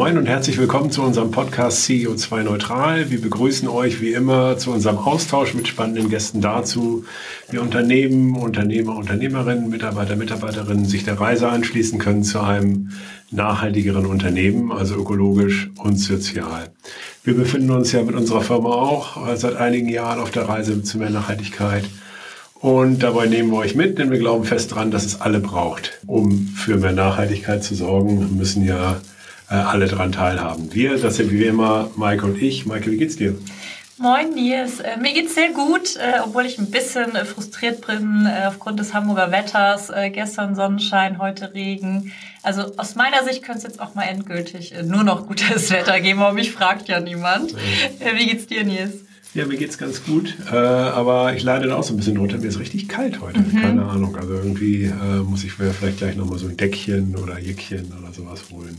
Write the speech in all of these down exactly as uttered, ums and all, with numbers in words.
Moin und herzlich willkommen zu unserem Podcast C E O zwei Neutral. Wir begrüßen euch wie immer zu unserem Austausch mit spannenden Gästen dazu, wie Unternehmen, Unternehmer, Unternehmerinnen, Mitarbeiter, Mitarbeiterinnen sich der Reise anschließen können zu einem nachhaltigeren Unternehmen, also ökologisch und sozial. Wir befinden uns ja mit unserer Firma auch seit einigen Jahren auf der Reise zu mehr Nachhaltigkeit. Und dabei nehmen wir euch mit, denn wir glauben fest dran, dass es alle braucht. Um für mehr Nachhaltigkeit zu sorgen, müssen ja äh, alle dran teilhaben. Wir, das sind wie immer Maike und ich. Maike, wie geht's dir? Moin Nils, äh, mir geht's sehr gut, äh, obwohl ich ein bisschen äh, frustriert bin äh, aufgrund des Hamburger Wetters. Äh, gestern Sonnenschein, heute Regen. Also aus meiner Sicht könnte es jetzt auch mal endgültig äh, nur noch gutes Wetter geben, aber mich fragt ja niemand. Äh, wie geht's dir, Nils? Ja, mir geht's ganz gut, äh, aber ich leide da auch so ein bisschen drunter. Mir ist richtig kalt heute, mhm. keine Ahnung. Also irgendwie äh, muss ich mir vielleicht gleich nochmal so ein Deckchen oder Jäckchen oder sowas holen.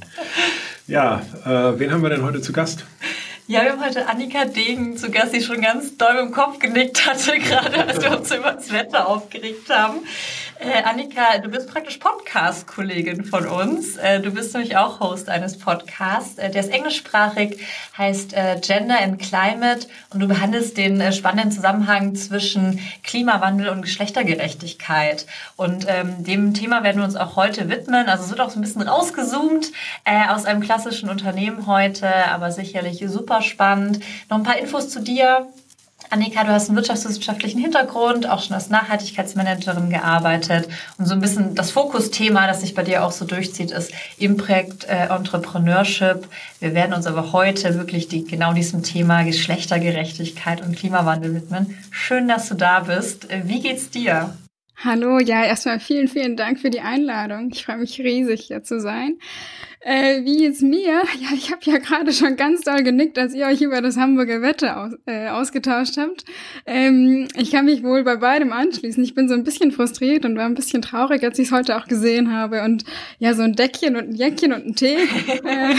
Ja, äh, wen haben wir denn heute zu Gast? Ja, wir haben heute Annika Degen zu Gast, die schon ganz doll im Kopf genickt hatte, gerade als wir uns über das Wetter aufgeregt haben. Äh, Annika, du bist praktisch Podcast-Kollegin von uns. Äh, du bist nämlich auch Host eines Podcasts. Äh, der ist englischsprachig, heißt äh, Gender and Climate und du behandelst den äh, spannenden Zusammenhang zwischen Klimawandel und Geschlechtergerechtigkeit. Und ähm, dem Thema werden wir uns auch heute widmen. Also es wird auch so ein bisschen rausgezoomt äh, aus einem klassischen Unternehmen heute, aber sicherlich super spannend. Noch ein paar Infos zu dir. Annika, du hast einen wirtschaftswissenschaftlichen Hintergrund, auch schon als Nachhaltigkeitsmanagerin gearbeitet und so ein bisschen das Fokusthema, das sich bei dir auch so durchzieht, ist Impact äh, Entrepreneurship. Wir werden uns aber heute wirklich die, genau diesem Thema Geschlechtergerechtigkeit und Klimawandel widmen. Schön, dass du da bist. Wie geht's dir? Hallo, ja, erstmal vielen, vielen Dank für die Einladung. Ich freue mich riesig, hier zu sein. Äh, wie geht's mir? Ja, ich habe ja gerade schon ganz doll genickt, als ihr euch über das Hamburger Wetter aus, äh, ausgetauscht habt. Ähm, ich kann mich wohl bei beidem anschließen. Ich bin so ein bisschen frustriert und war ein bisschen traurig, als ich es heute auch gesehen habe. Und ja, so ein Deckchen und ein Jäckchen und ein Tee, äh,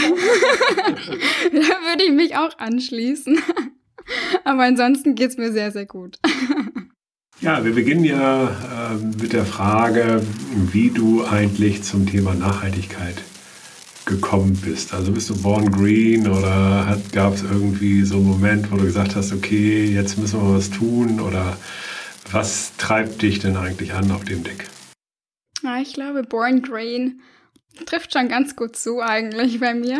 da würde ich mich auch anschließen. Aber ansonsten geht's mir sehr, sehr gut. Ja, wir beginnen ja äh, mit der Frage, wie du eigentlich zum Thema Nachhaltigkeit gekommen bist. Also bist du born green oder gab es irgendwie so einen Moment, wo du gesagt hast, okay, jetzt müssen wir was tun oder was treibt dich denn eigentlich an auf dem Deck? Ja, ich glaube, born green trifft schon ganz gut zu eigentlich bei mir.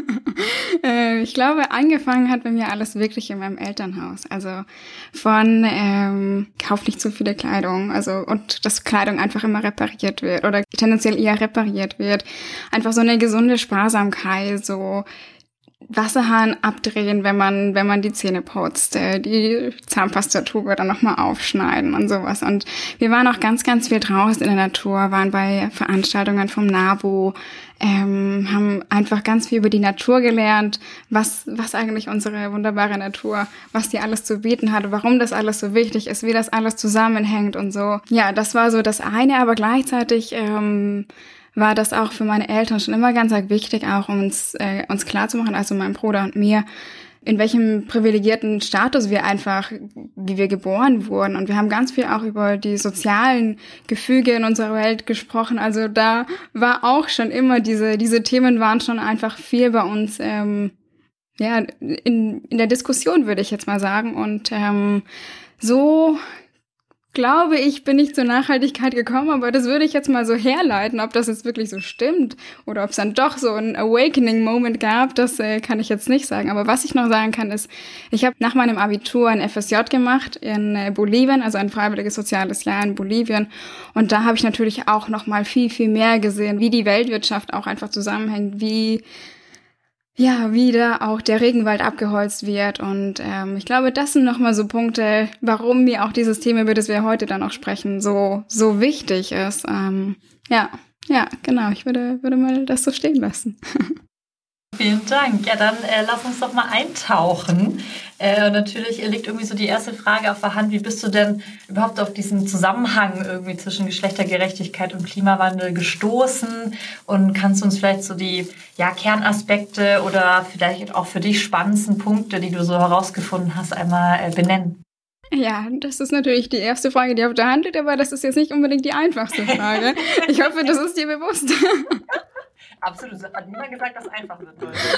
äh, ich glaube, angefangen hat bei mir alles wirklich in meinem Elternhaus. Also von ähm, kauf nicht zu viele Kleidung, also und dass Kleidung einfach immer repariert wird oder tendenziell eher repariert wird. Einfach so eine gesunde Sparsamkeit, so Wasserhahn abdrehen, wenn man wenn man die Zähne putzt, die Zahnpastatube dann nochmal aufschneiden und sowas. Und wir waren auch ganz, ganz viel draußen in der Natur, waren bei Veranstaltungen vom NABU, ähm, haben einfach ganz viel über die Natur gelernt, was was eigentlich unsere wunderbare Natur, was die alles zu bieten hat, warum das alles so wichtig ist, wie das alles zusammenhängt und so. Ja, das war so das eine, aber gleichzeitig ähm, war das auch für meine Eltern schon immer ganz wichtig, auch um uns, äh, uns klarzumachen, also meinem Bruder und mir, in welchem privilegierten Status wir einfach, wie wir geboren wurden. Und wir haben ganz viel auch über die sozialen Gefüge in unserer Welt gesprochen. Also da war auch schon immer, diese diese Themen waren schon einfach viel bei uns, ähm, ja, in, in der Diskussion, würde ich jetzt mal sagen. Und ähm, so glaube ich, bin ich zur Nachhaltigkeit gekommen, aber das würde ich jetzt mal so herleiten, ob das jetzt wirklich so stimmt oder ob es dann doch so ein Awakening-Moment gab, das äh, kann ich jetzt nicht sagen. Aber was ich noch sagen kann, ist, ich habe nach meinem Abitur ein F S J gemacht in äh, Bolivien, also ein freiwilliges soziales Jahr in Bolivien. Und da habe ich natürlich auch noch mal viel, viel mehr gesehen, wie die Weltwirtschaft auch einfach zusammenhängt, wie ja, wie da auch der Regenwald abgeholzt wird. Und ähm, ich glaube, das sind nochmal so Punkte, warum mir auch dieses Thema, über das wir heute dann auch sprechen, so so wichtig ist. Ähm, ja, ja, genau. Ich würde würde mal das so stehen lassen. Vielen Dank. Ja, dann äh, lass uns doch mal eintauchen. Äh, natürlich liegt irgendwie so die erste Frage auf der Hand. Wie bist du denn überhaupt auf diesen Zusammenhang irgendwie zwischen Geschlechtergerechtigkeit und Klimawandel gestoßen? Und kannst du uns vielleicht so die ja, Kernaspekte oder vielleicht auch für dich spannendsten Punkte, die du so herausgefunden hast, einmal äh, benennen? Ja, das ist natürlich die erste Frage, die auf der Hand liegt, aber das ist jetzt nicht unbedingt die einfachste Frage. Ich hoffe, das ist dir bewusst. Absolut, es hat niemand gesagt, dass es einfach wird.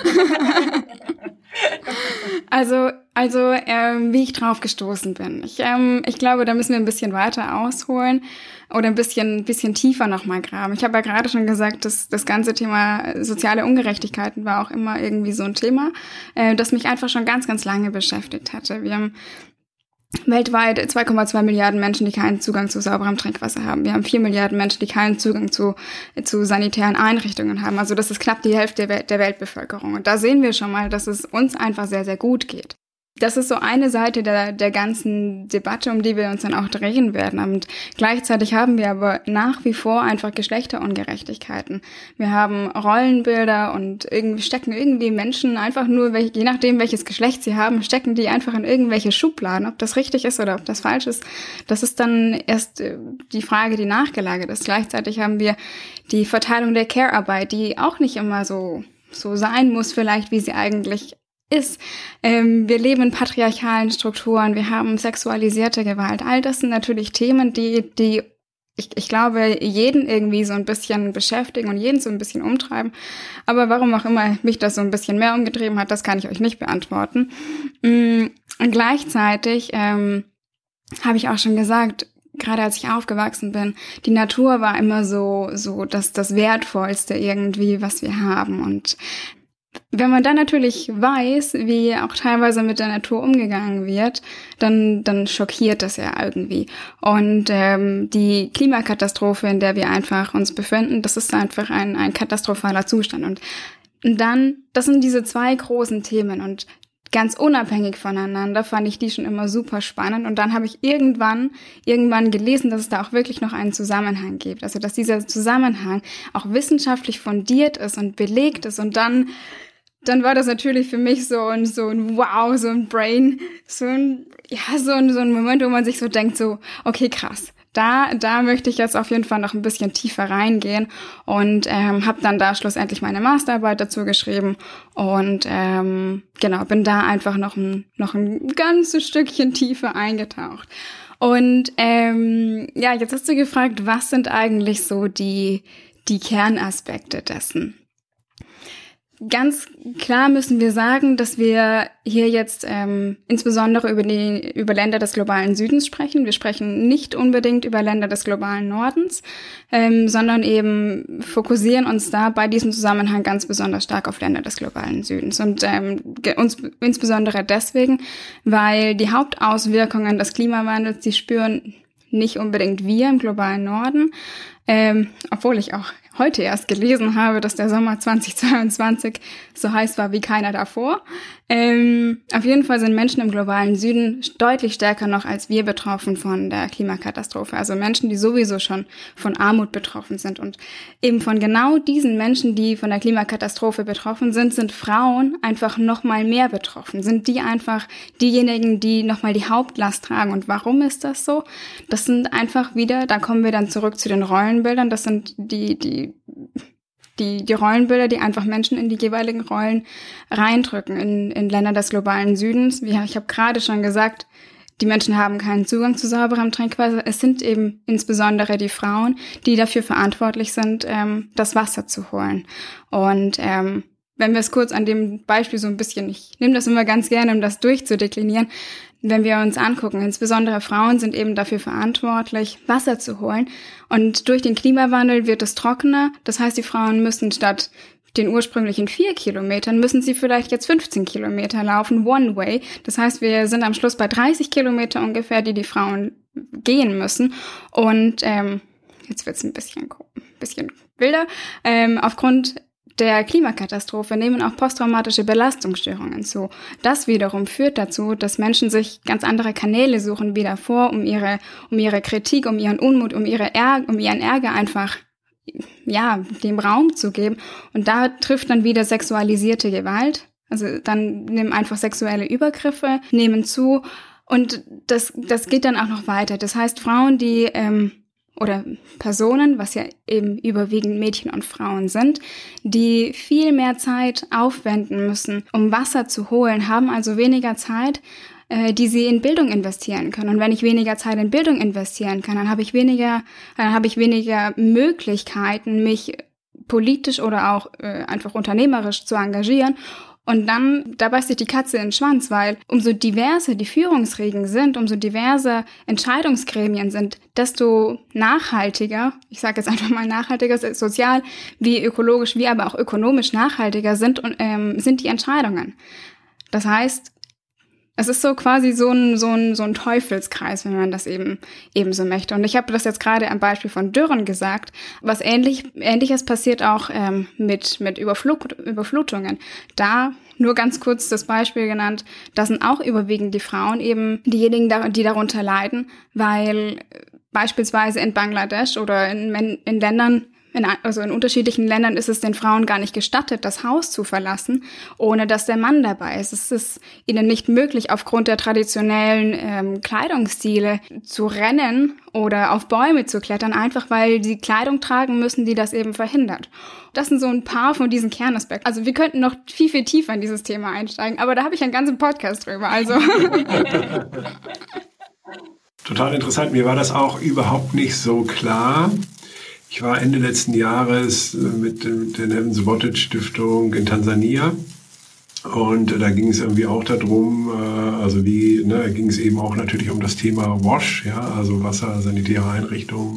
Also, also ähm, wie ich drauf gestoßen bin. Ich, ähm, ich glaube, da müssen wir ein bisschen weiter ausholen oder ein bisschen, bisschen tiefer nochmal graben. Ich habe ja gerade schon gesagt, dass das ganze Thema soziale Ungerechtigkeiten war auch immer irgendwie so ein Thema, äh, das mich einfach schon ganz, ganz lange beschäftigt hatte. Wir haben weltweit zwei Komma zwei Milliarden Menschen, die keinen Zugang zu sauberem Trinkwasser haben. Wir haben vier Milliarden Menschen, die keinen Zugang zu, zu sanitären Einrichtungen haben. Also das ist knapp die Hälfte der, der Weltbevölkerung. Und da sehen wir schon mal, dass es uns einfach sehr, sehr gut geht. Das ist so eine Seite der, der ganzen Debatte, um die wir uns dann auch drehen werden. Und gleichzeitig haben wir aber nach wie vor einfach Geschlechterungerechtigkeiten. Wir haben Rollenbilder und irgendwie stecken irgendwie Menschen einfach nur, welche, je nachdem welches Geschlecht sie haben, stecken die einfach in irgendwelche Schubladen. Ob das richtig ist oder ob das falsch ist, das ist dann erst die Frage, die nachgelagert ist. Gleichzeitig haben wir die Verteilung der Care-Arbeit, die auch nicht immer so, so sein muss vielleicht, wie sie eigentlich ist. Ähm, wir leben in patriarchalen Strukturen, wir haben sexualisierte Gewalt. All das sind natürlich Themen, die, die ich, ich glaube, jeden irgendwie so ein bisschen beschäftigen und jeden so ein bisschen umtreiben. Aber warum auch immer mich das so ein bisschen mehr umgetrieben hat, das kann ich euch nicht beantworten. Und gleichzeitig ähm, habe ich auch schon gesagt, gerade als ich aufgewachsen bin, die Natur war immer so, so das, das Wertvollste irgendwie, was wir haben. Und wenn man dann natürlich weiß, wie auch teilweise mit der Natur umgegangen wird, dann dann schockiert das ja irgendwie. Und ähm, die Klimakatastrophe, in der wir einfach uns befinden, das ist einfach ein ein katastrophaler Zustand. Und dann, das sind diese zwei großen Themen und ganz unabhängig voneinander fand ich die schon immer super spannend. Und dann habe ich irgendwann, irgendwann gelesen, dass es da auch wirklich noch einen Zusammenhang gibt. Also, dass dieser Zusammenhang auch wissenschaftlich fundiert ist und belegt ist. Und dann, dann war das natürlich für mich so ein, so ein Wow, so ein Brain, so ein, ja, so ein, so ein Moment, wo man sich so denkt, so, okay, krass. Da, da möchte ich jetzt auf jeden Fall noch ein bisschen tiefer reingehen und ähm, habe dann da schlussendlich meine Masterarbeit dazu geschrieben und ähm, genau, bin da einfach noch ein, noch ein ganzes Stückchen tiefer eingetaucht. Und ähm, ja, jetzt hast du gefragt, was sind eigentlich so die, die Kernaspekte dessen? Ganz klar müssen wir sagen, dass wir hier jetzt ähm, insbesondere über die über Länder des globalen Südens sprechen. Wir sprechen nicht unbedingt über Länder des globalen Nordens, ähm, sondern eben fokussieren uns da bei diesem Zusammenhang ganz besonders stark auf Länder des globalen Südens. Und ähm, uns insbesondere deswegen, weil die Hauptauswirkungen des Klimawandels, die spüren nicht unbedingt wir im globalen Norden, ähm, obwohl ich auch heute erst gelesen habe, dass der Sommer zweitausendzweiundzwanzig so heiß war wie keiner davor. Ähm, auf jeden Fall sind Menschen im globalen Süden deutlich stärker noch als wir betroffen von der Klimakatastrophe. Also Menschen, die sowieso schon von Armut betroffen sind. Und eben von genau diesen Menschen, die von der Klimakatastrophe betroffen sind, sind Frauen einfach noch mal mehr betroffen. Sind die einfach diejenigen, die noch mal die Hauptlast tragen. Und warum ist das so? Das sind einfach wieder, da kommen wir dann zurück zu den Rollenbildern. Das sind die, die Die, die Rollenbilder, die einfach Menschen in die jeweiligen Rollen reindrücken in, in Länder des globalen Südens. Wie ich habe gerade schon gesagt, die Menschen haben keinen Zugang zu sauberem Trinkwasser. Es sind eben insbesondere die Frauen, die dafür verantwortlich sind, ähm, das Wasser zu holen. Und ähm, wenn wir es kurz an dem Beispiel so ein bisschen, ich nehme das immer ganz gerne, um das durchzudeklinieren, wenn wir uns angucken, insbesondere Frauen sind eben dafür verantwortlich, Wasser zu holen. Und durch den Klimawandel wird es trockener. Das heißt, die Frauen müssen statt den ursprünglichen vier Kilometern, müssen sie vielleicht jetzt fünfzehn Kilometer laufen, one way. Das heißt, wir sind am Schluss bei dreißig Kilometer ungefähr, die die Frauen gehen müssen. Und ähm, jetzt wird's ein bisschen, ein bisschen wilder. Ähm, aufgrund der Klimakatastrophe nehmen auch posttraumatische Belastungsstörungen zu. Das wiederum führt dazu, dass Menschen sich ganz andere Kanäle suchen wie davor, um ihre, um ihre Kritik, um ihren Unmut, um ihre Ärger, um ihren Ärger einfach, ja, dem Raum zu geben. Und da trifft dann wieder sexualisierte Gewalt. Also dann nehmen einfach sexuelle Übergriffe, nehmen zu. Und das, das geht dann auch noch weiter. Das heißt, Frauen, die, ähm, oder Personen, was ja eben überwiegend Mädchen und Frauen sind, die viel mehr Zeit aufwenden müssen, um Wasser zu holen, haben also weniger Zeit, äh, die sie in Bildung investieren können. Und wenn ich weniger Zeit in Bildung investieren kann, dann habe ich weniger, dann habe ich weniger Möglichkeiten, mich politisch oder auch äh, einfach unternehmerisch zu engagieren. Und dann, da beißt sich die Katze in den Schwanz, weil umso diverser die Führungsriegen sind, umso diverser Entscheidungsgremien sind, desto nachhaltiger, ich sage jetzt einfach mal nachhaltiger, sozial wie ökologisch, wie aber auch ökonomisch nachhaltiger sind, und, ähm, sind die Entscheidungen. Das heißt, es ist so quasi so ein, so ein, so ein Teufelskreis, wenn man das eben, eben so möchte. Und ich habe das jetzt gerade am Beispiel von Dürren gesagt. Was ähnlich, Ähnliches passiert auch ähm, mit, mit Überflut, Überflutungen. Da nur ganz kurz das Beispiel genannt, da sind auch überwiegend die Frauen eben diejenigen, die darunter leiden, weil beispielsweise in Bangladesch oder in, in Ländern, In, also in unterschiedlichen Ländern ist es den Frauen gar nicht gestattet, das Haus zu verlassen, ohne dass der Mann dabei ist. Es ist ihnen nicht möglich, aufgrund der traditionellen ähm, Kleidungsstile zu rennen oder auf Bäume zu klettern, einfach weil sie Kleidung tragen müssen, die das eben verhindert. Das sind so ein paar von diesen Kernaspekten. Also wir könnten noch viel, viel tiefer in dieses Thema einsteigen, aber da habe ich einen ganzen Podcast drüber. Also total interessant. Mir war das auch überhaupt nicht so klar. Ich war Ende letzten Jahres mit, mit der Nevin Subotic Stiftung in Tansania, und da ging es irgendwie auch darum, also wie, ne, ging es eben auch natürlich um das Thema WASH, ja, also Wasser, sanitäre Einrichtungen,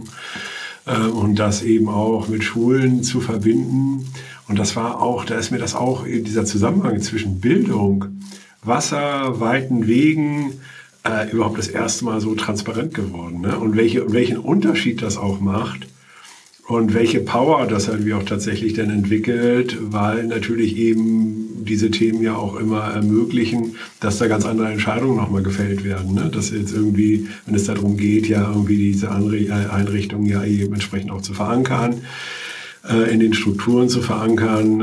und das eben auch mit Schulen zu verbinden. Und das war auch, da ist mir das auch, dieser Zusammenhang zwischen Bildung, Wasser, weiten Wegen, äh, überhaupt das erste Mal so transparent geworden, ne? Und welche, welchen Unterschied das auch macht. Und welche Power das halt wie auch tatsächlich dann entwickelt, weil natürlich eben diese Themen ja auch immer ermöglichen, dass da ganz andere Entscheidungen nochmal gefällt werden. Ne? Dass jetzt irgendwie, wenn es darum geht, ja irgendwie diese Einrichtungen ja eben entsprechend auch zu verankern, äh, in den Strukturen zu verankern,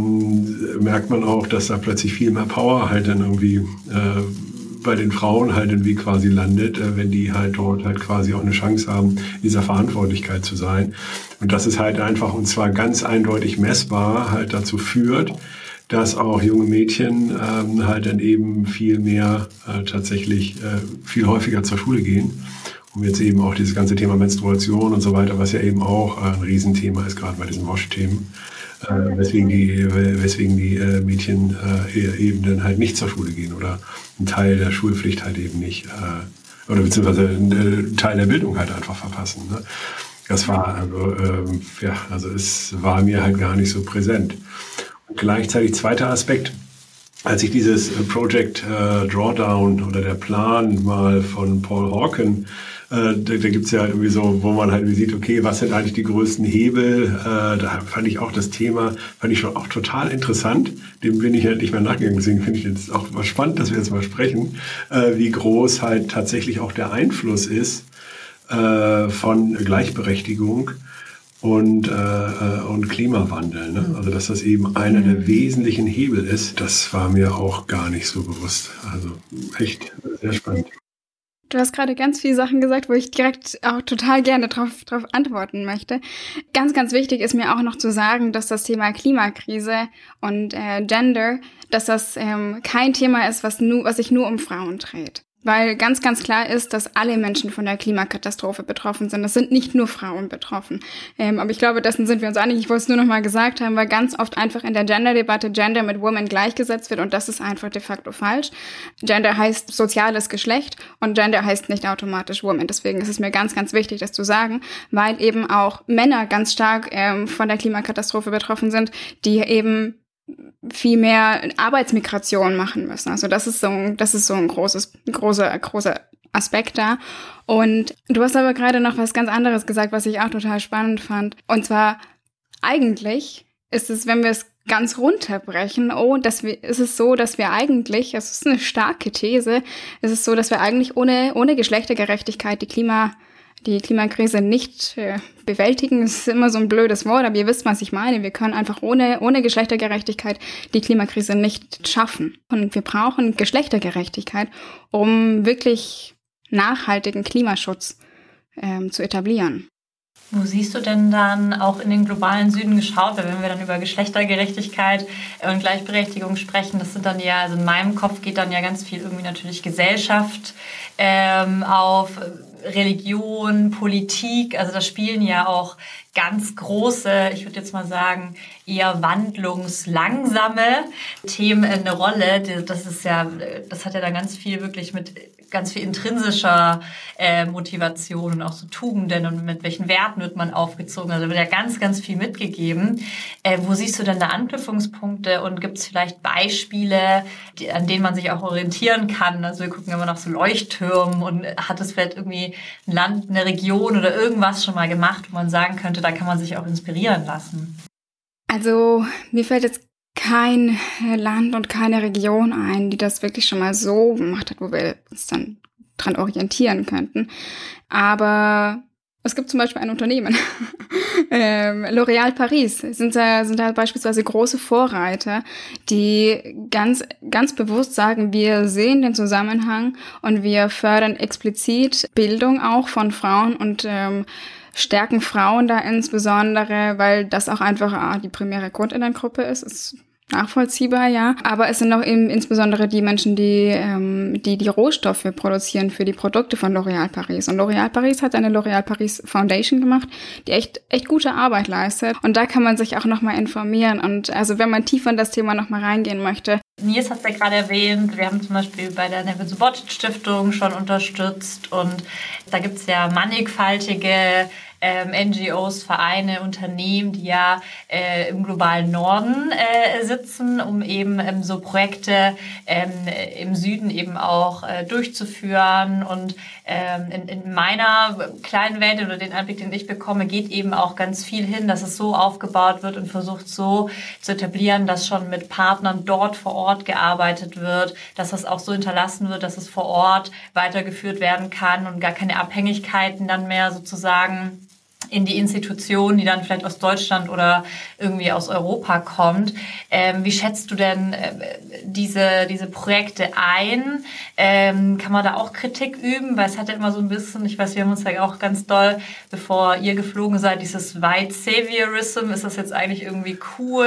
ähm, merkt man auch, dass da plötzlich viel mehr Power halt dann irgendwie äh, bei den Frauen halt irgendwie quasi landet, äh, wenn die halt dort halt quasi auch eine Chance haben, in dieser Verantwortlichkeit zu sein. Und das ist halt einfach, und zwar ganz eindeutig messbar, halt dazu führt, dass auch junge Mädchen ähm, halt dann eben viel mehr äh, tatsächlich äh, viel häufiger zur Schule gehen. Und jetzt eben auch dieses ganze Thema Menstruation und so weiter, was ja eben auch äh, ein Riesenthema ist, gerade bei diesen WASH-Themen. Äh, weswegen die, weswegen die äh, Mädchen äh, eben dann halt nicht zur Schule gehen oder einen Teil der Schulpflicht halt eben nicht, äh, oder beziehungsweise einen Teil der Bildung halt einfach verpassen. Ne? Das war, also, ähm, ja, also es war mir halt gar nicht so präsent. Und gleichzeitig zweiter Aspekt, als ich dieses Project äh, Drawdown oder der Plan mal von Paul Hawken, äh, da, da gibt's ja halt irgendwie so, wo man halt sieht, okay, was sind eigentlich die größten Hebel? Äh, da fand ich auch das Thema, fand ich schon auch total interessant. Dem bin ich halt nicht mehr nachgegangen. Deswegen finde ich jetzt auch mal spannend, dass wir jetzt mal sprechen, äh, wie groß halt tatsächlich auch der Einfluss ist äh, von Gleichberechtigung und, äh, und Klimawandel. Ne? Also dass das eben einer der wesentlichen Hebel ist, das war mir auch gar nicht so bewusst. Also echt sehr spannend. Du hast gerade ganz viele Sachen gesagt, wo ich direkt auch total gerne drauf, drauf antworten möchte. Ganz, ganz wichtig ist mir auch noch zu sagen, dass das Thema Klimakrise und äh, Gender, dass das ähm, kein Thema ist, was, nur, was sich nur um Frauen dreht. Weil ganz, ganz klar ist, dass alle Menschen von der Klimakatastrophe betroffen sind. Es sind nicht nur Frauen betroffen. Ähm, aber ich glaube, dessen sind wir uns einig. Ich wollte es nur noch mal gesagt haben, weil ganz oft einfach in der Gender-Debatte Gender mit Woman gleichgesetzt wird, und das ist einfach de facto falsch. Gender heißt soziales Geschlecht und Gender heißt nicht automatisch Woman. Deswegen ist es mir ganz, ganz wichtig, das zu sagen, weil eben auch Männer ganz stark ähm, von der Klimakatastrophe betroffen sind, die eben viel mehr Arbeitsmigration machen müssen. Also das ist so ein, das ist so ein großes, großer, großer Aspekt da. Und du hast aber gerade noch was ganz anderes gesagt, was ich auch total spannend fand. Und zwar eigentlich ist es, wenn wir es ganz runterbrechen, oh, dass wir, ist es so, dass wir eigentlich, das ist eine starke These, ist es so, dass wir eigentlich ohne, ohne Geschlechtergerechtigkeit die Klima die Klimakrise nicht äh, bewältigen. Das ist immer so ein blödes Wort, aber ihr wisst, was ich meine. Wir können einfach ohne, ohne Geschlechtergerechtigkeit die Klimakrise nicht schaffen. Und wir brauchen Geschlechtergerechtigkeit, um wirklich nachhaltigen Klimaschutz ähm, zu etablieren. Wo siehst du denn dann auch in den globalen Süden geschaut, weil wenn wir dann über Geschlechtergerechtigkeit und Gleichberechtigung sprechen, das sind dann ja, also in meinem Kopf geht dann ja ganz viel irgendwie natürlich Gesellschaft ähm, auf, Religion, Politik, also da spielen ja auch ganz große, ich würde jetzt mal sagen, eher wandlungslangsame Themen eine Rolle. Das ist ja, das hat ja dann ganz viel wirklich mit ganz viel intrinsischer äh, Motivation und auch so Tugenden und mit welchen Werten wird man aufgezogen. Also wird ja ganz, ganz viel mitgegeben. Äh, wo siehst du denn da Anknüpfungspunkte und gibt es vielleicht Beispiele, die, an denen man sich auch orientieren kann? Also wir gucken immer nach so Leuchttürmen und hat es vielleicht irgendwie ein Land, eine Region oder irgendwas schon mal gemacht, wo man sagen könnte, da kann man sich auch inspirieren lassen? Also mir fällt jetzt kein Land und keine Region ein, die das wirklich schon mal so gemacht hat, wo wir uns dann dran orientieren könnten. Aber es gibt zum Beispiel ein Unternehmen, ähm, L'Oréal Paris, sind da, sind da beispielsweise große Vorreiter, die ganz, ganz bewusst sagen, wir sehen den Zusammenhang und wir fördern explizit Bildung auch von Frauen und ähm, stärken Frauen da insbesondere, weil das auch einfach ah, die primäre Kundinnengruppe ist, ist nachvollziehbar, ja. Aber es sind auch eben insbesondere die Menschen, die ähm, die die Rohstoffe produzieren für die Produkte von L'Oréal Paris. Und L'Oréal Paris hat eine L'Oréal Paris Foundation gemacht, die echt echt gute Arbeit leistet. Und da kann man sich auch nochmal informieren. Und also wenn man tiefer in das Thema nochmal reingehen möchte. Nils hat es ja gerade erwähnt, wir haben zum Beispiel bei der Neville Subotic Stiftung schon unterstützt. Und da gibt es ja mannigfaltige Ähm, N G Os, Vereine, Unternehmen, die ja äh, im globalen Norden äh, sitzen, um eben ähm, so Projekte ähm, im Süden eben auch äh, durchzuführen. Und ähm, in, in meiner kleinen Welt oder den Einblick, den ich bekomme, geht eben auch ganz viel hin, dass es so aufgebaut wird und versucht so zu etablieren, dass schon mit Partnern dort vor Ort gearbeitet wird, dass das auch so hinterlassen wird, dass es vor Ort weitergeführt werden kann und gar keine Abhängigkeiten dann mehr sozusagen in die Institution, die dann vielleicht aus Deutschland oder irgendwie aus Europa kommt. Ähm, wie schätzt du denn äh, diese diese Projekte ein? Ähm, kann man da auch Kritik üben? Weil es hat ja immer so ein bisschen, ich weiß, wir haben uns ja auch ganz doll, bevor ihr geflogen seid, dieses White Saviorism, ist das jetzt eigentlich irgendwie cool?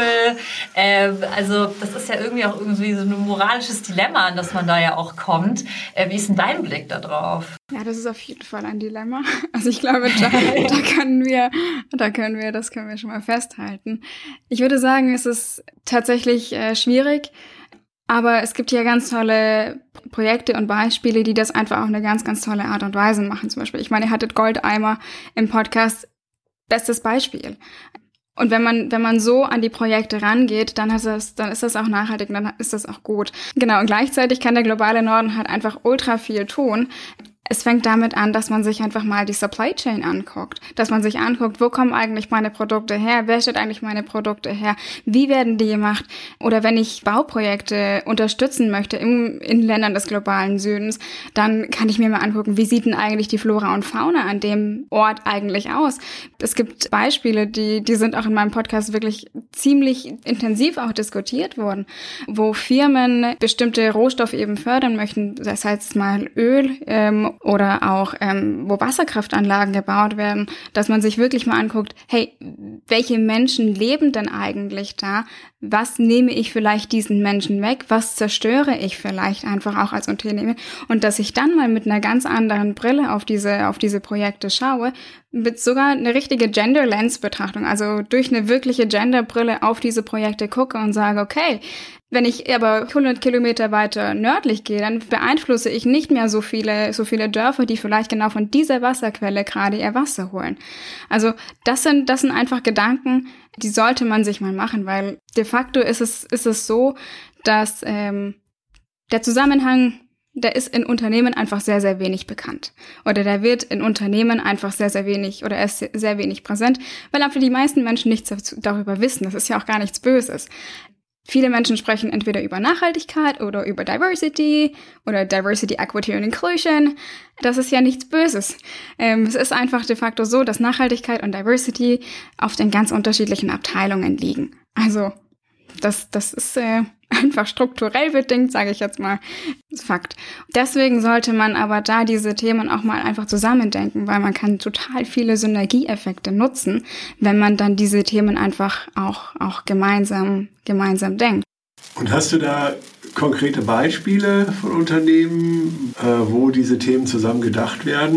Ähm, also das ist ja irgendwie auch irgendwie so ein moralisches Dilemma, an das man da ja auch kommt. Äh, wie ist denn dein Blick da drauf? Ja, das ist auf jeden Fall ein Dilemma. Also ich glaube, da, da können wir, da können wir, das können wir schon mal festhalten. Ich würde sagen, es ist tatsächlich äh, schwierig, aber es gibt ja ganz tolle Projekte und Beispiele, die das einfach auf eine ganz, ganz tolle Art und Weise machen. Zum Beispiel, ich meine, ihr hattet Goldeimer im Podcast, bestes Beispiel. Und wenn man, wenn man so an die Projekte rangeht, dann ist das, dann ist das auch nachhaltig und dann ist das auch gut. Genau. Und gleichzeitig kann der globale Norden halt einfach ultra viel tun. Es fängt damit an, dass man sich einfach mal die Supply Chain anguckt, dass man sich anguckt, wo kommen eigentlich meine Produkte her, wer stellt eigentlich meine Produkte her, wie werden die gemacht, oder wenn ich Bauprojekte unterstützen möchte im, in Ländern des globalen Südens, dann kann ich mir mal angucken, wie sieht denn eigentlich die Flora und Fauna an dem Ort eigentlich aus. Es gibt Beispiele, die, die sind auch in meinem Podcast wirklich ziemlich intensiv auch diskutiert worden, wo Firmen bestimmte Rohstoffe eben fördern möchten, das heißt mal Öl, ähm, oder auch, ähm, wo Wasserkraftanlagen gebaut werden, dass man sich wirklich mal anguckt, hey, welche Menschen leben denn eigentlich da? Was nehme ich vielleicht diesen Menschen weg? Was zerstöre ich vielleicht einfach auch als Unternehmen? Und dass ich dann mal mit einer ganz anderen Brille auf diese, auf diese Projekte schaue, mit sogar eine richtige Gender-Lens-Betrachtung, also durch eine wirkliche Gender-Brille auf diese Projekte gucke und sage, okay, wenn ich aber hundert Kilometer weiter nördlich gehe, dann beeinflusse ich nicht mehr so viele, so viele Dörfer, die vielleicht genau von dieser Wasserquelle gerade ihr Wasser holen. Also das sind, das sind einfach Gedanken, die sollte man sich mal machen, weil de facto ist es, ist es so, dass ähm, der Zusammenhang, der ist in Unternehmen einfach sehr, sehr wenig bekannt. Oder der wird in Unternehmen einfach sehr, sehr wenig oder er ist sehr wenig präsent, weil einfach die meisten Menschen nichts darüber wissen. Das ist ja auch gar nichts Böses. Viele Menschen sprechen entweder über Nachhaltigkeit oder über Diversity oder Diversity, Equity und Inclusion. Das ist ja nichts Böses. Ähm, es ist einfach de facto so, dass Nachhaltigkeit und Diversity auf den ganz unterschiedlichen Abteilungen liegen. Also das, das ist äh, einfach strukturell bedingt, sage ich jetzt mal. Das ist Fakt. Deswegen sollte man aber da diese Themen auch mal einfach zusammendenken, weil man kann total viele Synergieeffekte nutzen, wenn man dann diese Themen einfach auch, auch gemeinsam, gemeinsam denkt. Und hast du da konkrete Beispiele von Unternehmen, äh, wo diese Themen zusammen gedacht werden?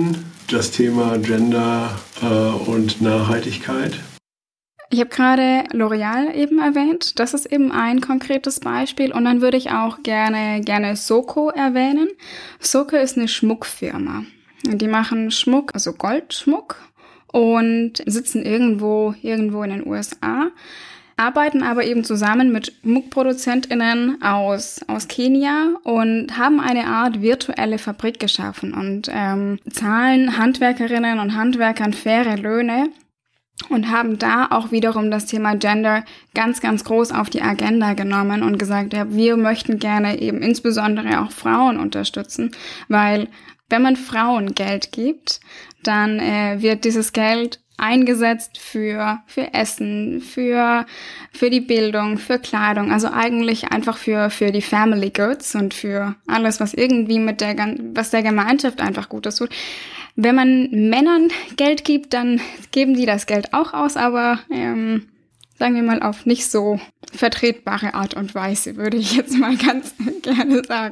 das Thema Gender äh, und Nachhaltigkeit? Ich habe gerade L'Oreal eben erwähnt. Das ist eben ein konkretes Beispiel. Und dann würde ich auch gerne, gerne Soko erwähnen. Soko ist eine Schmuckfirma. Die machen Schmuck, also Goldschmuck, und sitzen irgendwo, irgendwo in den U S A, arbeiten aber eben zusammen mit SchmuckproduzentInnen aus, aus Kenia und haben eine Art virtuelle Fabrik geschaffen und ähm, zahlen Handwerkerinnen und Handwerkern faire Löhne und haben da auch wiederum das Thema Gender ganz, ganz groß auf die Agenda genommen und gesagt, ja, wir möchten gerne eben insbesondere auch Frauen unterstützen, weil wenn man Frauen Geld gibt, dann äh, wird dieses Geld eingesetzt für für Essen, für für die Bildung, für Kleidung, also eigentlich einfach für für die Family Goods und für alles, was irgendwie mit der was der Gemeinschaft einfach Gutes tut. Wenn man Männern Geld gibt, dann geben die das Geld auch aus, aber ähm, sagen wir mal auf nicht so vertretbare Art und Weise, würde ich jetzt mal ganz gerne sagen.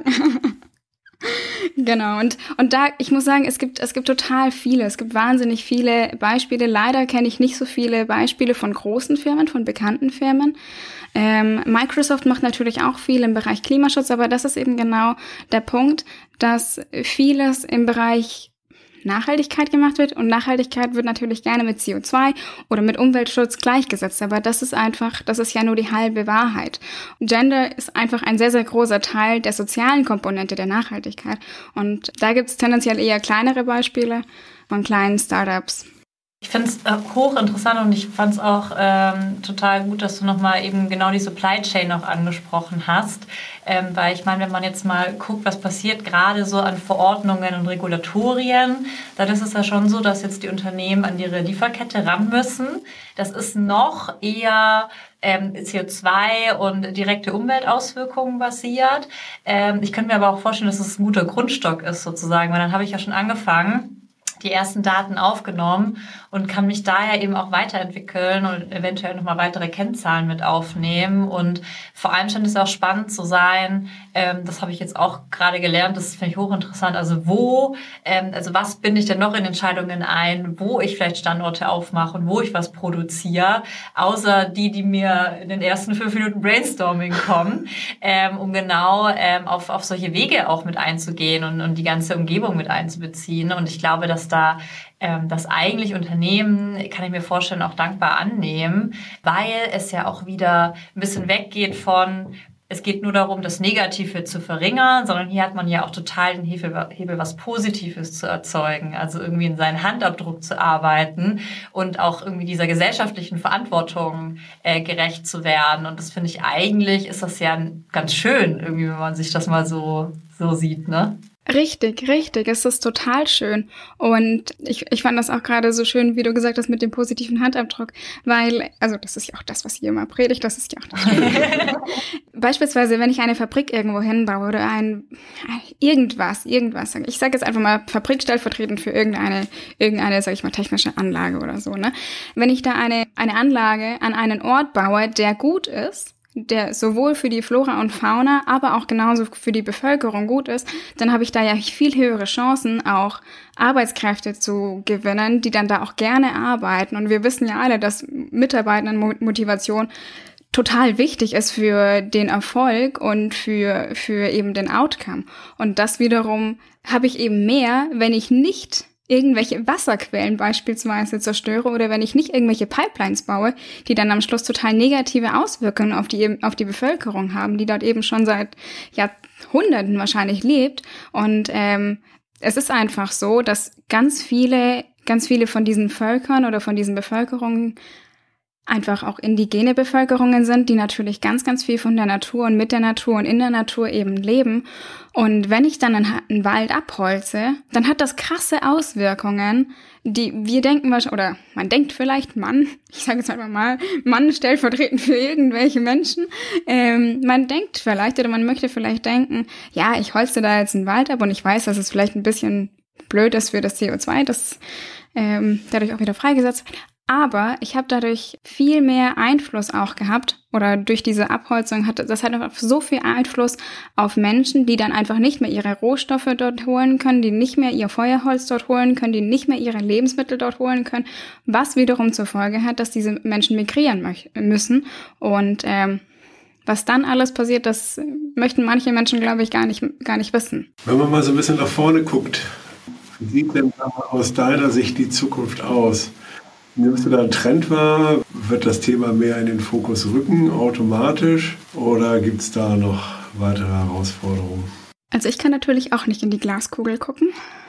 Genau, und und da, ich muss sagen, es gibt es gibt total viele, es gibt wahnsinnig viele Beispiele. Leider kenne ich nicht so viele Beispiele von großen Firmen, von bekannten Firmen. Ähm, Microsoft macht natürlich auch viel im Bereich Klimaschutz, aber das ist eben genau der Punkt, dass vieles im Bereich Nachhaltigkeit gemacht wird und Nachhaltigkeit wird natürlich gerne mit C O zwei oder mit Umweltschutz gleichgesetzt, aber das ist einfach, das ist ja nur die halbe Wahrheit. Gender ist einfach ein sehr, sehr großer Teil der sozialen Komponente der Nachhaltigkeit und da gibt es tendenziell eher kleinere Beispiele von kleinen Startups. Ich finde es äh, hochinteressant und ich fand es auch ähm, total gut, dass du nochmal eben genau die Supply Chain noch angesprochen hast. Ähm, weil ich meine, wenn man jetzt mal guckt, was passiert gerade so an Verordnungen und Regulatorien, dann ist es ja schon so, dass jetzt die Unternehmen an ihre Lieferkette ran müssen. Das ist noch eher ähm, C O zwei und direkte Umweltauswirkungen basiert. Ähm, ich könnte mir aber auch vorstellen, dass es ein guter Grundstock ist sozusagen, weil dann habe ich ja schon angefangen, die ersten Daten aufgenommen und kann mich daher eben auch weiterentwickeln und eventuell nochmal weitere Kennzahlen mit aufnehmen. Und vor allem scheint es auch spannend zu sein, ähm, das habe ich jetzt auch gerade gelernt, das finde ich hochinteressant, also wo, ähm, also was binde ich denn noch in Entscheidungen ein, wo ich vielleicht Standorte aufmache und wo ich was produziere, außer die, die mir in den ersten fünf Minuten Brainstorming kommen, ähm, um genau ähm, auf, auf solche Wege auch mit einzugehen und, und die ganze Umgebung mit einzubeziehen. Und ich glaube, dass da ähm, das eigentlich Unternehmen, kann ich mir vorstellen, auch dankbar annehmen, weil es ja auch wieder ein bisschen weggeht von, es geht nur darum, das Negative zu verringern, sondern hier hat man ja auch total den Hebel, Hebel was Positives zu erzeugen, also irgendwie in seinen Handabdruck zu arbeiten und auch irgendwie dieser gesellschaftlichen Verantwortung äh, gerecht zu werden. Und das finde ich eigentlich, ist das ja ganz schön, irgendwie, wenn man sich das mal so, so sieht, ne? Richtig, richtig. Es ist total schön. Und ich, ich fand das auch gerade so schön, wie du gesagt hast, mit dem positiven Handabdruck, weil, also das ist ja auch das, was ihr immer predigt, das ist ja auch das Schöne. Beispielsweise, wenn ich eine Fabrik irgendwo hinbaue oder ein, irgendwas, irgendwas, ich sage jetzt einfach mal Fabrik stellvertretend für irgendeine, irgendeine, sag ich mal, technische Anlage oder so, ne? Wenn ich da eine, eine Anlage an einen Ort baue, der gut ist, der sowohl für die Flora und Fauna, aber auch genauso für die Bevölkerung gut ist, dann habe ich da ja viel höhere Chancen, auch Arbeitskräfte zu gewinnen, die dann da auch gerne arbeiten. Und wir wissen ja alle, dass Mitarbeitendenmotivation total wichtig ist für den Erfolg und für, für eben den Outcome. Und das wiederum habe ich eben mehr, wenn ich nicht irgendwelche Wasserquellen beispielsweise zerstöre oder wenn ich nicht irgendwelche Pipelines baue, die dann am Schluss total negative Auswirkungen auf die, auf die Bevölkerung haben, die dort eben schon seit Jahrhunderten wahrscheinlich lebt. Und ähm, es ist einfach so, dass ganz viele, ganz viele von diesen Völkern oder von diesen Bevölkerungen einfach auch indigene Bevölkerungen sind, die natürlich ganz, ganz viel von der Natur und mit der Natur und in der Natur eben leben. Und wenn ich dann einen, einen Wald abholze, dann hat das krasse Auswirkungen, die wir denken, oder man denkt vielleicht, Mann, ich sage jetzt einfach mal, Mann stellvertretend für irgendwelche Menschen, ähm, man denkt vielleicht oder man möchte vielleicht denken, ja, ich holze da jetzt einen Wald ab und ich weiß, dass es vielleicht ein bisschen blöd ist für das C O zwei, das ähm, dadurch auch wieder freigesetzt wird. Aber ich habe dadurch viel mehr Einfluss auch gehabt oder durch diese Abholzung hat das hat einfach so viel Einfluss auf Menschen, die dann einfach nicht mehr ihre Rohstoffe dort holen können, die nicht mehr ihr Feuerholz dort holen können, die nicht mehr ihre Lebensmittel dort holen können, was wiederum zur Folge hat, dass diese Menschen migrieren möch- müssen und ähm, was dann alles passiert, das möchten manche Menschen, glaube ich, gar nicht, gar nicht wissen. Wenn man mal so ein bisschen nach vorne guckt, wie sieht denn aus deiner Sicht die Zukunft aus? Nimmst du da einen Trend wahr? Wird das Thema mehr in den Fokus rücken, automatisch? Oder gibt es da noch weitere Herausforderungen? Also ich kann natürlich auch nicht in die Glaskugel gucken.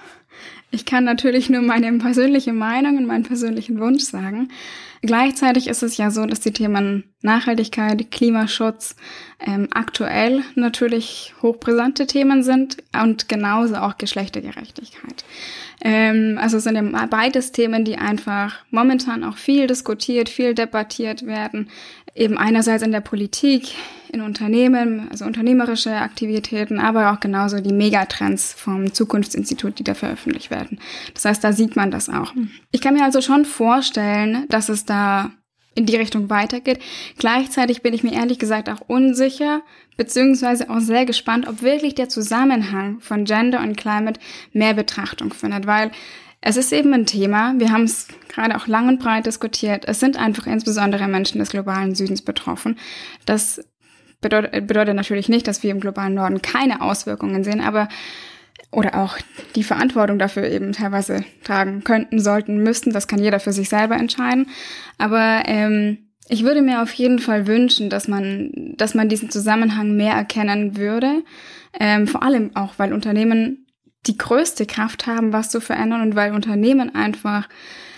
Ich kann natürlich nur meine persönliche Meinung und meinen persönlichen Wunsch sagen. Gleichzeitig ist es ja so, dass die Themen Nachhaltigkeit, Klimaschutz ähm, aktuell natürlich hochbrisante Themen sind und genauso auch Geschlechtergerechtigkeit. Ähm, also es sind ja beides Themen, die einfach momentan auch viel diskutiert, viel debattiert werden. Eben einerseits in der Politik, in Unternehmen, also unternehmerische Aktivitäten, aber auch genauso die Megatrends vom Zukunftsinstitut, die da veröffentlicht werden. Das heißt, da sieht man das auch. Ich kann mir also schon vorstellen, dass es da in die Richtung weitergeht. Gleichzeitig bin ich mir ehrlich gesagt auch unsicher, beziehungsweise auch sehr gespannt, ob wirklich der Zusammenhang von Gender und Climate mehr Betrachtung findet, weil es ist eben ein Thema, wir haben es gerade auch lang und breit diskutiert, es sind einfach insbesondere Menschen des globalen Südens betroffen. Das bedeutet, bedeutet natürlich nicht, dass wir im globalen Norden keine Auswirkungen sehen, aber oder auch die Verantwortung dafür eben teilweise tragen könnten, sollten, müssten. Das kann jeder für sich selber entscheiden. Aber ähm, ich würde mir auf jeden Fall wünschen, dass man, dass man diesen Zusammenhang mehr erkennen würde. Ähm, vor allem auch, weil Unternehmen die größte Kraft haben, was zu verändern und weil Unternehmen einfach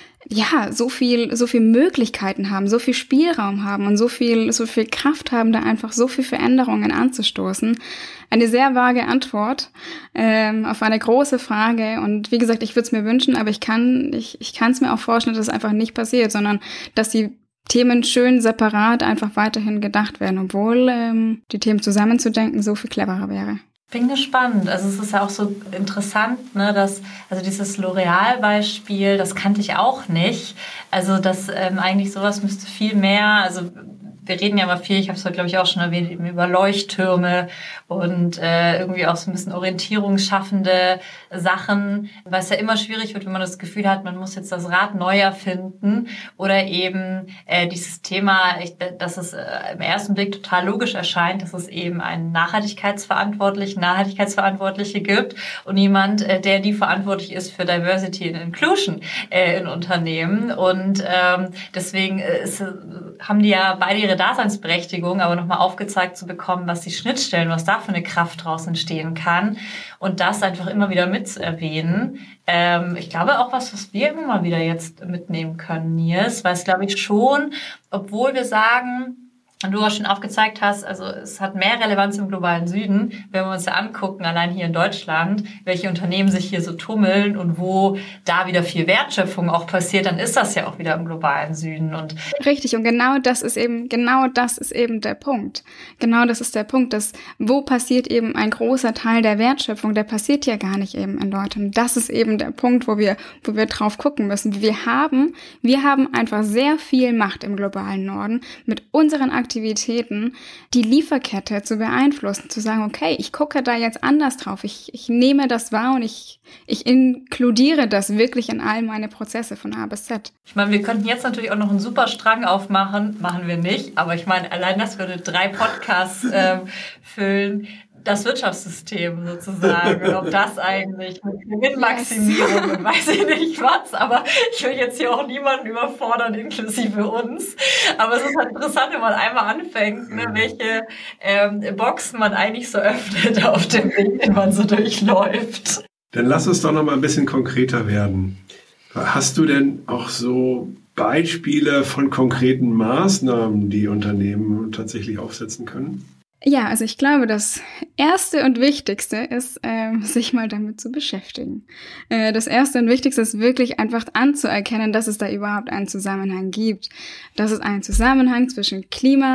ja so viel, so viel Möglichkeiten haben, so viel Spielraum haben und so viel, so viel Kraft haben, da einfach so viel Veränderungen anzustoßen. Eine sehr vage Antwort ähm, auf eine große Frage. Und wie gesagt, ich würde es mir wünschen, aber ich kann, ich, ich kann es mir auch vorstellen, dass es einfach nicht passiert, sondern dass die Themen schön separat einfach weiterhin gedacht werden, obwohl ähm, die Themen zusammenzudenken so viel cleverer wäre. Bin gespannt. Also es ist ja auch so interessant, ne, dass also dieses L'Oreal-Beispiel, das kannte ich auch nicht. Also das ähm, eigentlich sowas müsste viel mehr, also wir reden ja immer viel, ich habe es heute, glaube ich, auch schon erwähnt, eben über Leuchttürme und äh, irgendwie auch so ein bisschen orientierungsschaffende Sachen, weil es ja immer schwierig wird, wenn man das Gefühl hat, man muss jetzt das Rad neu erfinden oder eben äh, dieses Thema, ich, dass es äh, im ersten Blick total logisch erscheint, dass es eben einen Nachhaltigkeitsverantwortlichen, Nachhaltigkeitsverantwortliche gibt und jemand, äh, der die verantwortlich ist für Diversity and Inclusion äh, in Unternehmen und ähm, deswegen äh, ist, haben die ja beide ihre Daseinsberechtigung, aber nochmal aufgezeigt zu bekommen, was die Schnittstellen, was da für eine Kraft draus entstehen kann und das einfach immer wieder mit zu erwähnen. Ähm, ich glaube auch was, was wir immer wieder jetzt mitnehmen können, Nils, weil es glaube ich schon, obwohl wir sagen, und du auch schon aufgezeigt hast, also es hat mehr Relevanz im globalen Süden, wenn wir uns ja angucken, allein hier in Deutschland, welche Unternehmen sich hier so tummeln und wo da wieder viel Wertschöpfung auch passiert, dann ist das ja auch wieder im globalen Süden. Und richtig, und genau das ist eben, genau das ist eben der Punkt. Genau das ist der Punkt, dass wo passiert eben ein großer Teil der Wertschöpfung, der passiert ja gar nicht eben in Deutschland. Das ist eben der Punkt, wo wir, wo wir drauf gucken müssen. Wir haben, wir haben einfach sehr viel Macht im globalen Norden mit unseren Aktivitäten, Aktivitäten, die Lieferkette zu beeinflussen, zu sagen, okay, ich gucke da jetzt anders drauf, ich, ich nehme das wahr und ich, ich inkludiere das wirklich in all meine Prozesse von A bis Z. Ich meine, wir könnten jetzt natürlich auch noch einen super Strang aufmachen, machen wir nicht, aber ich meine, allein das würde drei Podcasts ähm, füllen. Das Wirtschaftssystem sozusagen und ob das eigentlich mit Gewinnmaximierung und weiß ich nicht was, aber ich will jetzt hier auch niemanden überfordern, inklusive uns. Aber es ist halt interessant, wenn man einmal anfängt, ne, welche ähm, Boxen man eigentlich so öffnet auf dem Weg, den man so durchläuft. Dann lass uns doch noch mal ein bisschen konkreter werden. Hast du denn auch so Beispiele von konkreten Maßnahmen, die Unternehmen tatsächlich aufsetzen können? Ja, also ich glaube, das Erste und Wichtigste ist, äh, sich mal damit zu beschäftigen. Äh, das Erste und Wichtigste ist wirklich einfach anzuerkennen, dass es da überhaupt einen Zusammenhang gibt. Dass es einen Zusammenhang zwischen Klima,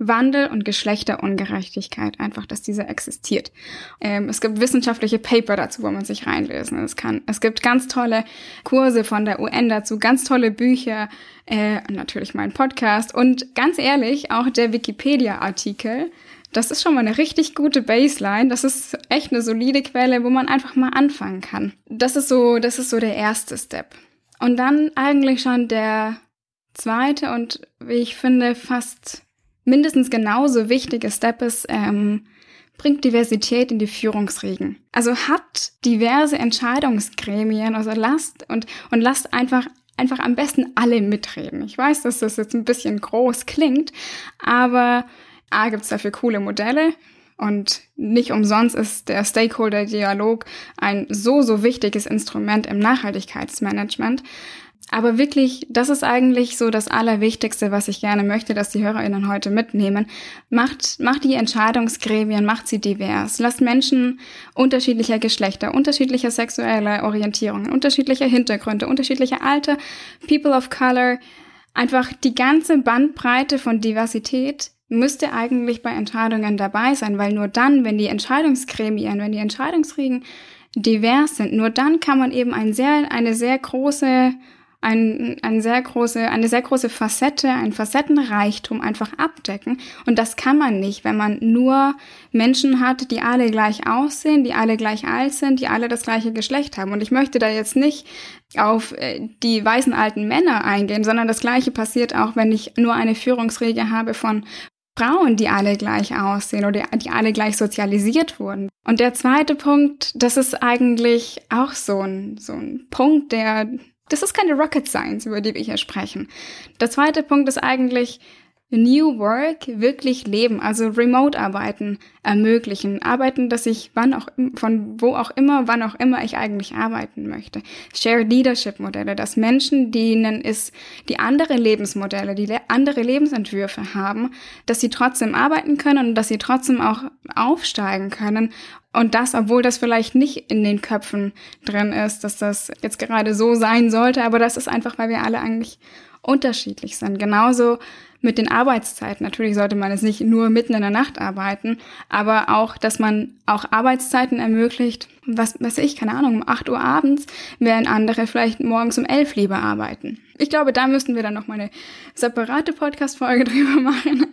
Wandel und Geschlechterungerechtigkeit, einfach, dass diese existiert. Ähm, es gibt wissenschaftliche Paper dazu, wo man sich reinlesen kann. Es gibt ganz tolle Kurse von der U N dazu, ganz tolle Bücher, äh, natürlich mein Podcast und ganz ehrlich, auch der Wikipedia-Artikel. Das ist schon mal eine richtig gute Baseline. Das ist echt eine solide Quelle, wo man einfach mal anfangen kann. Das ist so, das ist so der erste Step. Und dann eigentlich schon der zweite und, wie ich finde, fast mindestens genauso wichtige Step ist, ähm, bringt Diversität in die Führungsriegen. Also hat diverse Entscheidungsgremien, also lasst und, und lasst einfach einfach am besten alle mitreden. Ich weiß, dass das jetzt ein bisschen groß klingt, aber A, gibt's dafür coole Modelle und nicht umsonst ist der Stakeholder-Dialog ein so, so wichtiges Instrument im Nachhaltigkeitsmanagement. Aber wirklich, das ist eigentlich so das Allerwichtigste, was ich gerne möchte, dass die HörerInnen heute mitnehmen. Macht, macht die Entscheidungsgremien, macht sie divers. Lasst Menschen unterschiedlicher Geschlechter, unterschiedlicher sexueller Orientierungen, unterschiedlicher Hintergründe, unterschiedlicher Alter, People of Color, einfach die ganze Bandbreite von Diversität müsste eigentlich bei Entscheidungen dabei sein, weil nur dann, wenn die Entscheidungsgremien, wenn die Entscheidungsriegen divers sind, nur dann kann man eben ein sehr, eine sehr große Ein, ein sehr große, eine sehr große Facette, ein Facettenreichtum einfach abdecken. Und das kann man nicht, wenn man nur Menschen hat, die alle gleich aussehen, die alle gleich alt sind, die alle das gleiche Geschlecht haben. Und ich möchte da jetzt nicht auf die weißen alten Männer eingehen, sondern das Gleiche passiert auch, wenn ich nur eine Führungsriege habe von Frauen, die alle gleich aussehen oder die alle gleich sozialisiert wurden. Und der zweite Punkt, das ist eigentlich auch so ein, so ein Punkt, der Das ist keine Rocket Science, über die wir hier sprechen. Der zweite Punkt ist eigentlich New Work, wirklich leben, also Remote-Arbeiten ermöglichen. Arbeiten, dass ich wann auch, von wo auch immer, wann auch immer ich eigentlich arbeiten möchte. Shared Leadership-Modelle, dass Menschen, denen ist, die andere Lebensmodelle, die andere Lebensentwürfe haben, dass sie trotzdem arbeiten können und dass sie trotzdem auch aufsteigen können. Und das, obwohl das vielleicht nicht in den Köpfen drin ist, dass das jetzt gerade so sein sollte, aber das ist einfach, weil wir alle eigentlich unterschiedlich sind. Genauso mit den Arbeitszeiten. Natürlich sollte man es nicht nur mitten in der Nacht arbeiten, aber auch, dass man auch Arbeitszeiten ermöglicht, was weiß ich, keine Ahnung, um acht Uhr abends, während andere vielleicht morgens um elf lieber arbeiten. Ich glaube, da müssten wir dann noch mal eine separate Podcast-Folge drüber machen,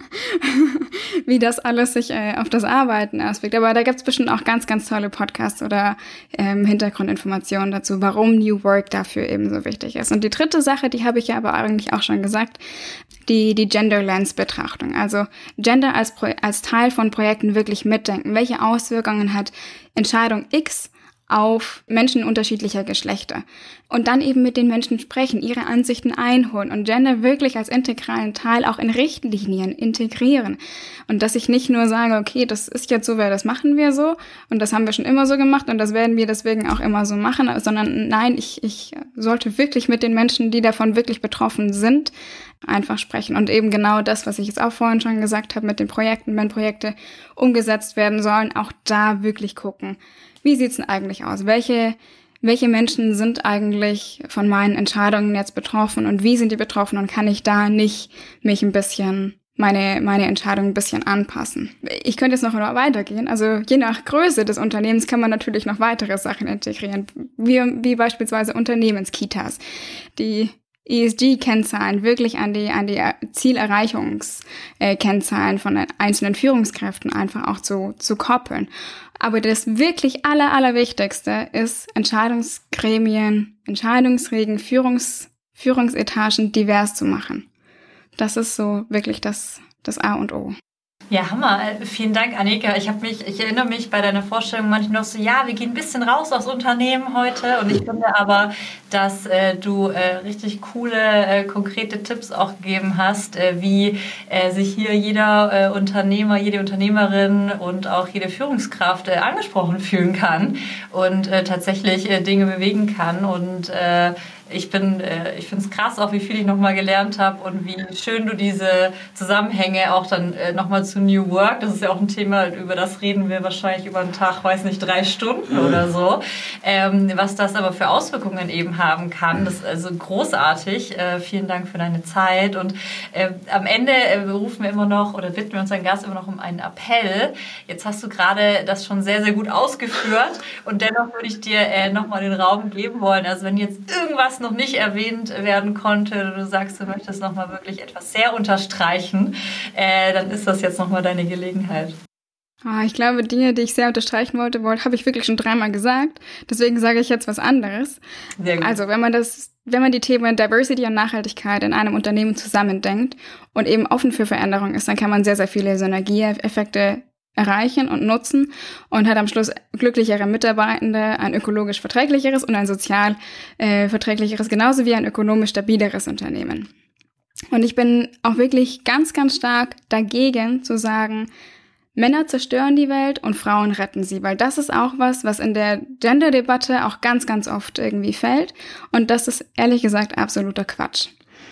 wie das alles sich äh, auf das Arbeiten auswirkt. Aber da gibt's bestimmt auch ganz, ganz tolle Podcasts oder ähm, Hintergrundinformationen dazu, warum New Work dafür eben so wichtig ist. Und die dritte Sache, die habe ich ja aber eigentlich auch schon gesagt, die die Gender Lens Betrachtung. Also Gender als Pro- als Teil von Projekten wirklich mitdenken. Welche Auswirkungen hat Entscheidung X auf Menschen unterschiedlicher Geschlechter? Und dann eben mit den Menschen sprechen, ihre Ansichten einholen und Gender wirklich als integralen Teil auch in Richtlinien integrieren. Und dass ich nicht nur sage, okay, das ist jetzt so, weil das machen wir so und das haben wir schon immer so gemacht und das werden wir deswegen auch immer so machen, sondern nein, ich, ich sollte wirklich mit den Menschen, die davon wirklich betroffen sind, einfach sprechen. Und eben genau das, was ich jetzt auch vorhin schon gesagt habe mit den Projekten, wenn Projekte umgesetzt werden sollen, auch da wirklich gucken. Wie sieht's denn eigentlich aus? Welche, welche Menschen sind eigentlich von meinen Entscheidungen jetzt betroffen und wie sind die betroffen und kann ich da nicht mich ein bisschen, meine, meine Entscheidung ein bisschen anpassen? Ich könnte jetzt noch weitergehen. Also je nach Größe des Unternehmens kann man natürlich noch weitere Sachen integrieren, wie, wie beispielsweise Unternehmenskitas, die E S G-Kennzahlen wirklich an die an die Zielerreichungskennzahlen von einzelnen Führungskräften einfach auch zu zu koppeln. Aber das wirklich aller allerwichtigste ist Entscheidungsgremien, Entscheidungsriegen, Führungs Führungsetagen divers zu machen. Das ist so wirklich das das A und O. Ja, Hammer. Vielen Dank, Annika. Ich habe mich, ich erinnere mich bei deiner Vorstellung manchmal noch so, ja, wir gehen ein bisschen raus aus Unternehmen heute. Und ich finde aber, dass äh, du äh, richtig coole, äh, konkrete Tipps auch gegeben hast, äh, wie äh, sich hier jeder äh, Unternehmer, jede Unternehmerin und auch jede Führungskraft äh, angesprochen fühlen kann und äh, tatsächlich äh, Dinge bewegen kann und äh, Ich bin, äh, ich finde es krass, auch wie viel ich nochmal gelernt habe und wie schön du diese Zusammenhänge auch dann äh, nochmal zu New Work, das ist ja auch ein Thema, über das reden wir wahrscheinlich über einen Tag, weiß nicht, drei Stunden mhm. oder so, ähm, was das aber für Auswirkungen eben haben kann. Das ist also großartig. Äh, vielen Dank für deine Zeit und äh, am Ende äh, rufen wir immer noch oder bitten wir unseren Gast immer noch um einen Appell. Jetzt hast du gerade das schon sehr, sehr gut ausgeführt und dennoch würde ich dir äh, nochmal den Raum geben wollen. Also wenn jetzt irgendwas noch nicht erwähnt werden konnte, du sagst, du möchtest nochmal wirklich etwas sehr unterstreichen, äh, dann ist das jetzt nochmal deine Gelegenheit. Oh, ich glaube, Dinge, die ich sehr unterstreichen wollte, wollte habe ich wirklich schon dreimal gesagt. Deswegen sage ich jetzt was anderes. Sehr gut. Also wenn man das, wenn man die Themen Diversity und Nachhaltigkeit in einem Unternehmen zusammendenkt und eben offen für Veränderung ist, dann kann man sehr, sehr viele Synergieeffekte erreichen und nutzen und hat am Schluss glücklichere Mitarbeitende, ein ökologisch verträglicheres und ein sozial äh, verträglicheres, genauso wie ein ökonomisch stabileres Unternehmen. Und ich bin auch wirklich ganz, ganz stark dagegen zu sagen, Männer zerstören die Welt und Frauen retten sie, weil das ist auch was, was in der Gender-Debatte auch ganz, ganz oft irgendwie fällt und das ist ehrlich gesagt absoluter Quatsch.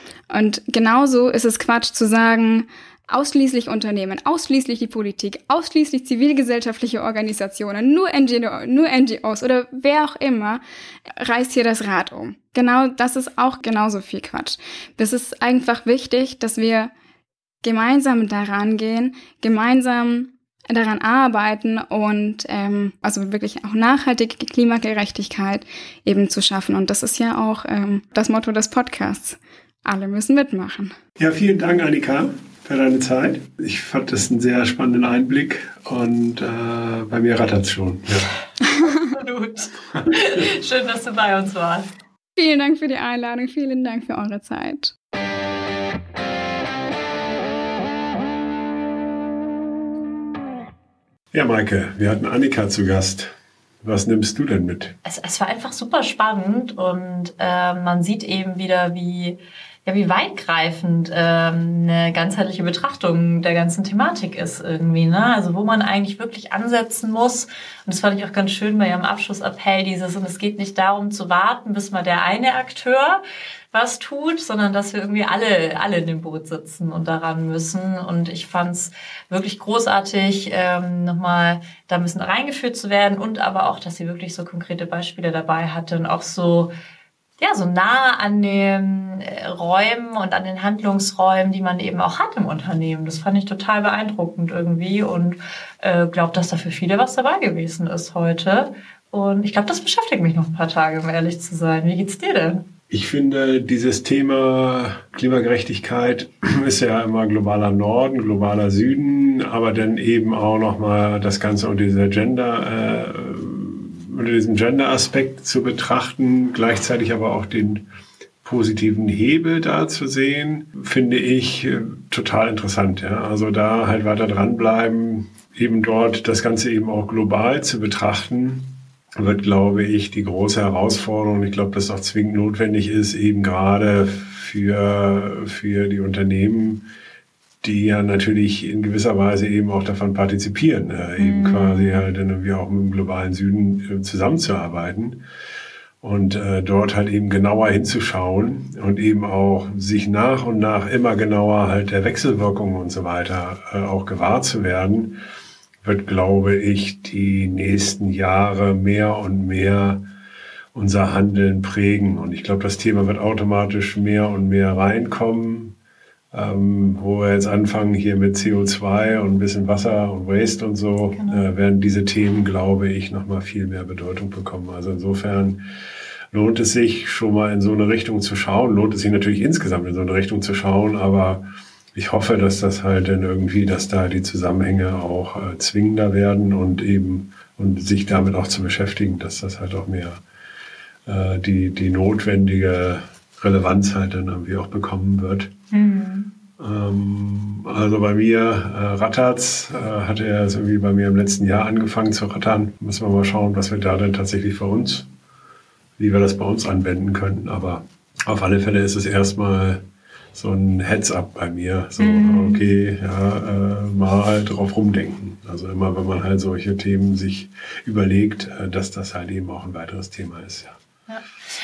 Und genauso ist es Quatsch zu sagen, ausschließlich Unternehmen, ausschließlich die Politik, ausschließlich zivilgesellschaftliche Organisationen, nur N G O, nur N G Os oder wer auch immer reißt hier das Rad um. Genau, das ist auch genauso viel Quatsch. Das ist einfach wichtig, dass wir gemeinsam daran gehen, gemeinsam daran arbeiten und ähm, also wirklich auch nachhaltige Klimagerechtigkeit eben zu schaffen. Und das ist ja auch ähm, das Motto des Podcasts. Alle müssen mitmachen. Ja, vielen Dank, Annika, für deine Zeit. Ich fand das einen sehr spannenden Einblick und äh, bei mir rattert es schon. Ja. Absolut. Schön, dass du bei uns warst. Vielen Dank für die Einladung, vielen Dank für eure Zeit. Ja, Maike, wir hatten Annika zu Gast. Was nimmst du denn mit? Es, es war einfach super spannend und äh, man sieht eben wieder, wie, ja, wie weitgreifend ähm, eine ganzheitliche Betrachtung der ganzen Thematik ist irgendwie, ne? Also wo man eigentlich wirklich ansetzen muss. Und das fand ich auch ganz schön bei ihrem Abschlussappell, dieses, und es geht nicht darum zu warten, bis mal der eine Akteur was tut, sondern dass wir irgendwie alle alle in dem Boot sitzen und daran müssen. Und ich fand es wirklich großartig, ähm, nochmal da ein bisschen reingeführt zu werden und aber auch, dass sie wirklich so konkrete Beispiele dabei hatte und auch so ja so nah an den Räumen und an den Handlungsräumen, die man eben auch hat im Unternehmen. Das fand ich total beeindruckend irgendwie und äh, glaube, dass da für viele was dabei gewesen ist heute. Und ich glaube, das beschäftigt mich noch ein paar Tage, um ehrlich zu sein. Wie geht's dir denn? Ich finde, dieses Thema Klimagerechtigkeit ist ja immer globaler Norden, globaler Süden, aber dann eben auch nochmal das Ganze unter dieser Gender, äh, unter diesem Gender-Aspekt zu betrachten, gleichzeitig aber auch den positiven Hebel da zu sehen, finde ich äh, total interessant. Ja? Also da halt weiter dranbleiben, eben dort das Ganze eben auch global zu betrachten, wird, glaube ich, die große Herausforderung. Ich glaube, dass es auch zwingend notwendig ist, eben gerade für, für die Unternehmen, die ja natürlich in gewisser Weise eben auch davon partizipieren, äh, eben mhm. quasi halt dann irgendwie auch mit dem globalen Süden äh, zusammenzuarbeiten und äh, dort halt eben genauer hinzuschauen und eben auch sich nach und nach immer genauer halt der Wechselwirkungen und so weiter äh, auch gewahr zu werden, wird, glaube ich, die nächsten Jahre mehr und mehr unser Handeln prägen. Und ich glaube, das Thema wird automatisch mehr und mehr reinkommen, ähm, wo wir jetzt anfangen hier mit C O zwei und ein bisschen Wasser und Waste und so, genau. äh, werden diese Themen, glaube ich, nochmal viel mehr Bedeutung bekommen. Also insofern lohnt es sich schon mal in so eine Richtung zu schauen, lohnt es sich natürlich insgesamt in so eine Richtung zu schauen, aber ich hoffe, dass das halt dann irgendwie, dass da die Zusammenhänge auch äh, zwingender werden und eben und sich damit auch zu beschäftigen, dass das halt auch mehr äh, die die notwendige Relevanz halt dann irgendwie auch bekommen wird. Mhm. Ähm, also bei mir äh, rattert's, äh, hatte er es irgendwie bei mir im letzten Jahr angefangen zu rattern. Müssen wir mal schauen, was wir da dann tatsächlich für uns, wie wir das bei uns anwenden können. Aber auf alle Fälle ist es erstmal so ein Heads-up bei mir, so mhm. okay, ja, äh, mal drauf rumdenken. Also immer, wenn man halt solche Themen sich überlegt, äh, dass das halt eben auch ein weiteres Thema ist. Ja. Ja.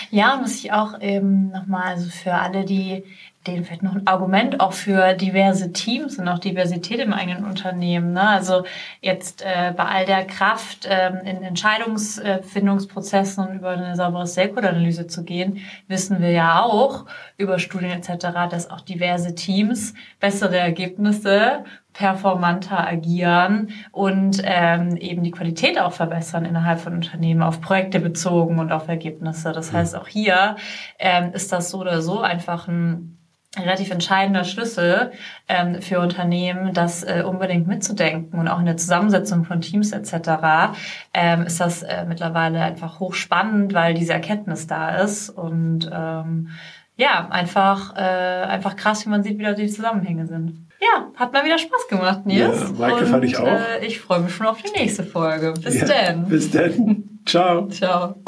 Ja, muss ich auch eben nochmal, also für alle, die denen vielleicht noch ein Argument auch für diverse Teams und auch Diversität im eigenen Unternehmen. Ne? Also jetzt äh, bei all der Kraft ähm, in Entscheidungsfindungsprozessen und über eine saubere Stakeholder-Analyse zu gehen, wissen wir ja auch über Studien et cetera, dass auch diverse Teams bessere Ergebnisse performanter agieren und ähm, eben die Qualität auch verbessern innerhalb von Unternehmen, auf Projekte bezogen und auf Ergebnisse. Das heißt, auch hier ähm, ist das so oder so einfach ein relativ entscheidender Schlüssel ähm, für Unternehmen, das äh, unbedingt mitzudenken. Und auch in der Zusammensetzung von Teams et cetera ähm, ist das äh, mittlerweile einfach hochspannend, weil diese Erkenntnis da ist. Und ähm, ja, einfach, äh, einfach krass, wie man sieht, wie da die Zusammenhänge sind. Ja, hat mal wieder Spaß gemacht, Nils. Ja, Maike, fand ich auch. Äh, ich freue mich schon auf die nächste Folge. Bis ja, dann. Bis dann. Ciao. Ciao.